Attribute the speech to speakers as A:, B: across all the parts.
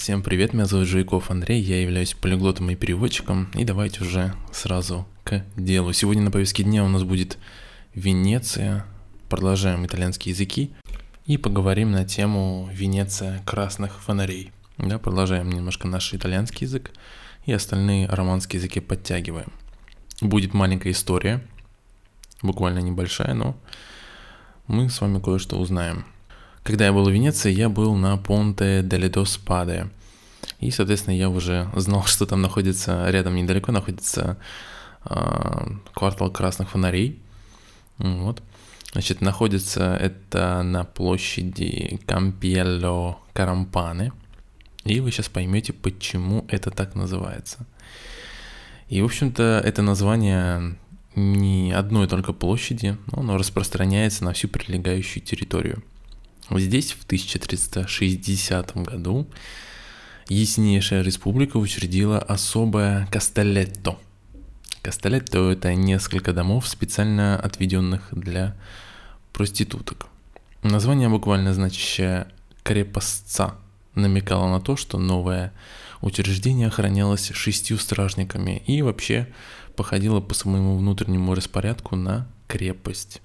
A: Всем привет, меня зовут Жуйков Андрей, я являюсь полиглотом и переводчиком, и давайте уже сразу к делу. Сегодня на повестке дня у нас будет Венеция, продолжаем итальянские языки и поговорим на тему Венеция красных фонарей. Да, продолжаем немножко наш итальянский язык и остальные романские языки подтягиваем. Будет маленькая история, буквально небольшая, но мы с вами кое-что узнаем. Когда я был в Венеции, я был на Понте деле Дue Spade. И, соответственно, я уже знал, что там находится, рядом недалеко находится квартал красных фонарей. Вот. Значит, находится это на площади Кампьелло Карампане. И вы сейчас поймете, почему это так называется. И, в общем-то, это название не одной только площади, но оно распространяется на всю прилегающую территорию. Здесь в 1360 году Яснейшая республика учредила особое кастеллетто. Кастеллетто – это несколько домов, специально отведенных для проституток. Название, буквально значащее «крепостца», намекало на то, что новое учреждение охранялось 6 стражниками и вообще походило по своему внутреннему распорядку на крепость.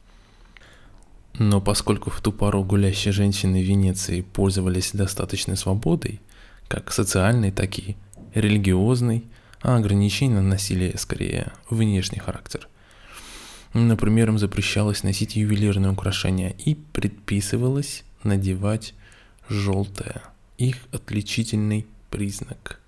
A: Но поскольку в ту пору гулящие женщины в Венеции пользовались достаточной свободой, как социальной, так и религиозной, а ограничения носили скорее внешний характер. Например, им запрещалось носить ювелирные украшения и предписывалось надевать желтое, их отличительный признак.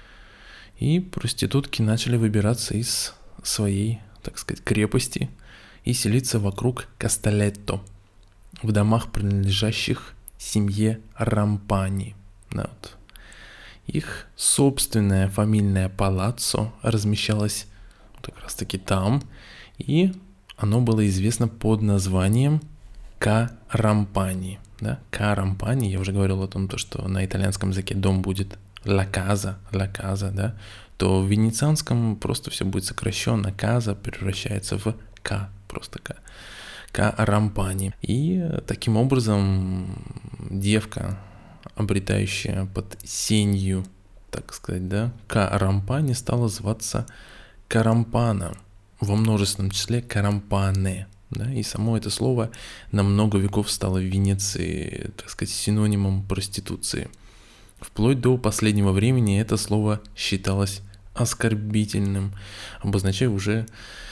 A: И проститутки начали выбираться из своей, так сказать, крепости и селиться вокруг кастеллетто, в домах, принадлежащих семье Рампани. Да, вот. Их собственное фамильное палаццо размещалось как раз таки там, и оно было известно под названием Карампани. Да? Карампани, я уже говорил о том, что на итальянском языке дом будет la casa, да? То в венецианском просто все будет сокращенно, casa превращается в К, просто К. Карампани. И таким образом девка, обретающая под сенью, так сказать, да, Карампани, стала зваться Карампана, во множественном числе Карампане. Да, и само это слово на много веков стало в Венеции, так сказать, синонимом проституции. Вплоть до последнего времени это слово считалось оскорбительным, обозначая уже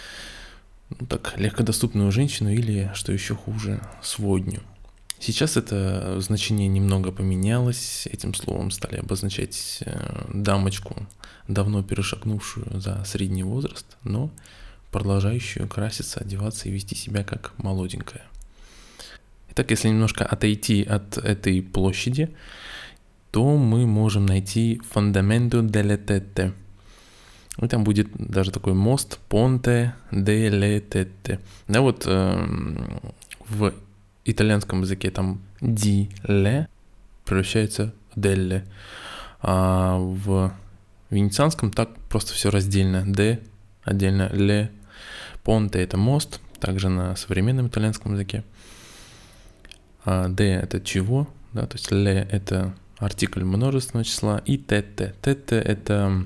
A: так легкодоступную женщину или, что еще хуже, сводню. Сейчас это значение немного поменялось, этим словом стали обозначать дамочку, давно перешагнувшую за средний возраст, но продолжающую краситься, одеваться и вести себя как молоденькая. Итак, если немножко отойти от этой площади, то мы можем найти Фондаменто деле Тетте. И там будет даже такой мост Понте деле Тетте. Да, вот в итальянском языке там ди ле превращается в делле, а в венецианском так просто все раздельно. Де отдельно, ле. Понте — это мост, также на современном итальянском языке. Де — это чего, да, то есть ле — это артикль множественного числа, и тетте. Тетте — это,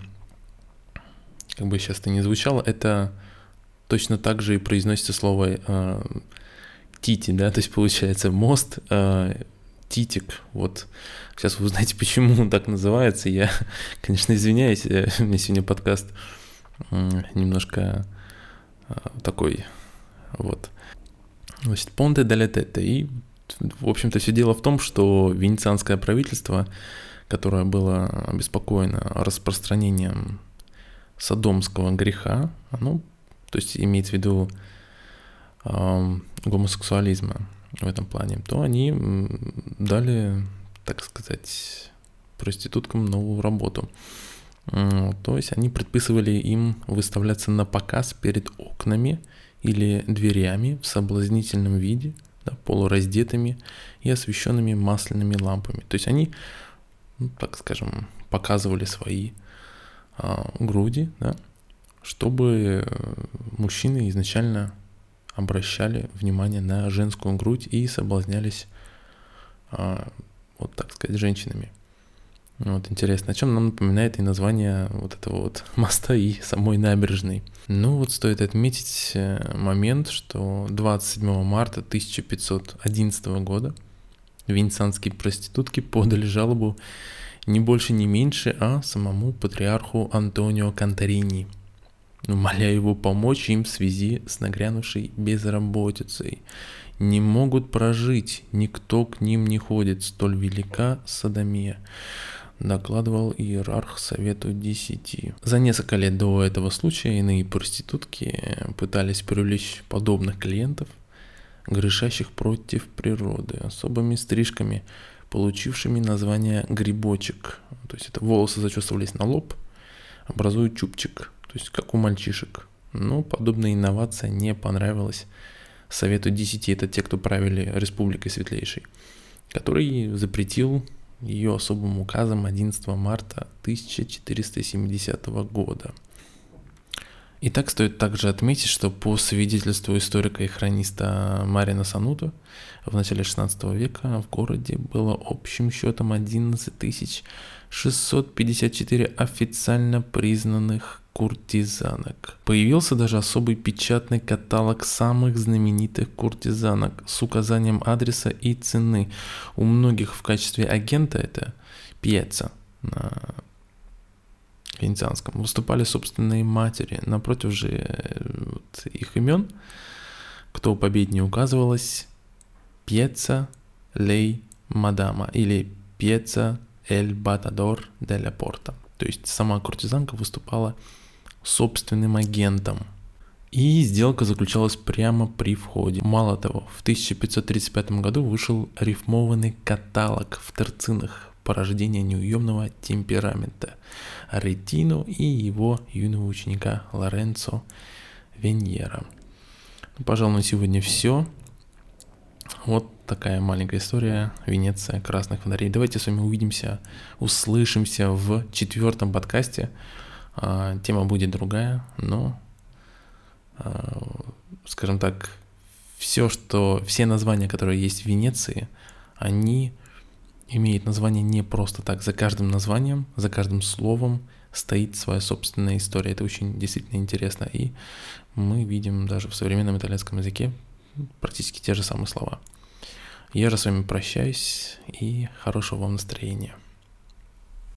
A: как бы сейчас это ни звучало, это точно так же и произносится слово тити, да, то есть получается мост, титик, вот. Сейчас вы узнаете, почему он так называется. Я, конечно, извиняюсь, у меня сегодня подкаст немножко такой, вот. Значит, Понте деле Тетте. И, в общем-то, все дело в том, что венецианское правительство, которое было обеспокоено распространением содомского греха, оно, то есть имеется в виду гомосексуализма в этом плане, то они дали, так сказать, проституткам новую работу. То есть они предписывали им выставляться на показ перед окнами или дверями в соблазнительном виде, да, полураздетыми и освещенными масляными лампами. То есть они, так скажем, показывали свои груди, да, чтобы мужчины изначально обращали внимание на женскую грудь и соблазнялись, вот так сказать, женщинами. Вот интересно, о чем нам напоминает и название вот этого вот моста и самой набережной. Ну вот стоит отметить момент, что 27 марта 1511 года венецианские проститутки подали жалобу не больше, не меньше, а самому патриарху Антонио Конторини, умоляя его помочь им в связи с нагрянувшей безработицей. Не могут прожить, никто к ним не ходит, столь велика содомия, докладывал иерарх Совету 10. За несколько лет до этого случая иные проститутки пытались привлечь подобных клиентов, грешащих против природы, особыми стрижками, получившими название грибочек. То есть это волосы зачесывались на лоб, образуя чубчик, то есть как у мальчишек. Но подобная инновация не понравилась Совету 10, это те, кто правили Республикой Светлейшей, который запретил ее особым указом 11 марта 1470 года. И так стоит также отметить, что по свидетельству историка и хрониста Марина Сануто, в начале 16 века в городе было общим счетом 11 654 официально признанных куртизанок. Появился даже особый печатный каталог самых знаменитых куртизанок с указанием адреса и цены. У многих в качестве агента, это пьеца на венецианском, выступали собственные матери. Напротив же вот их имен, кто победнее, указывалось «Пьеца лей мадама» или «Пьеца эль батадор де ла порта». То есть сама куртизанка выступала собственным агентом. И сделка заключалась прямо при входе. Мало того, в 1535 году вышел рифмованный каталог в терцинах порождения неуемного темперамента Ретино и его юного ученика Лоренцо Веньера. Пожалуй, на сегодня все. Вот такая маленькая история Венеция красных фонарей. Давайте с вами увидимся, услышимся в 4-м подкасте. Тема будет другая, но, скажем так, все названия, которые есть в Венеции, они имеют название не просто так. За каждым названием, за каждым словом стоит своя собственная история. Это очень действительно интересно. И мы видим даже в современном итальянском языке практически те же самые слова. Я же с вами прощаюсь и хорошего вам настроения.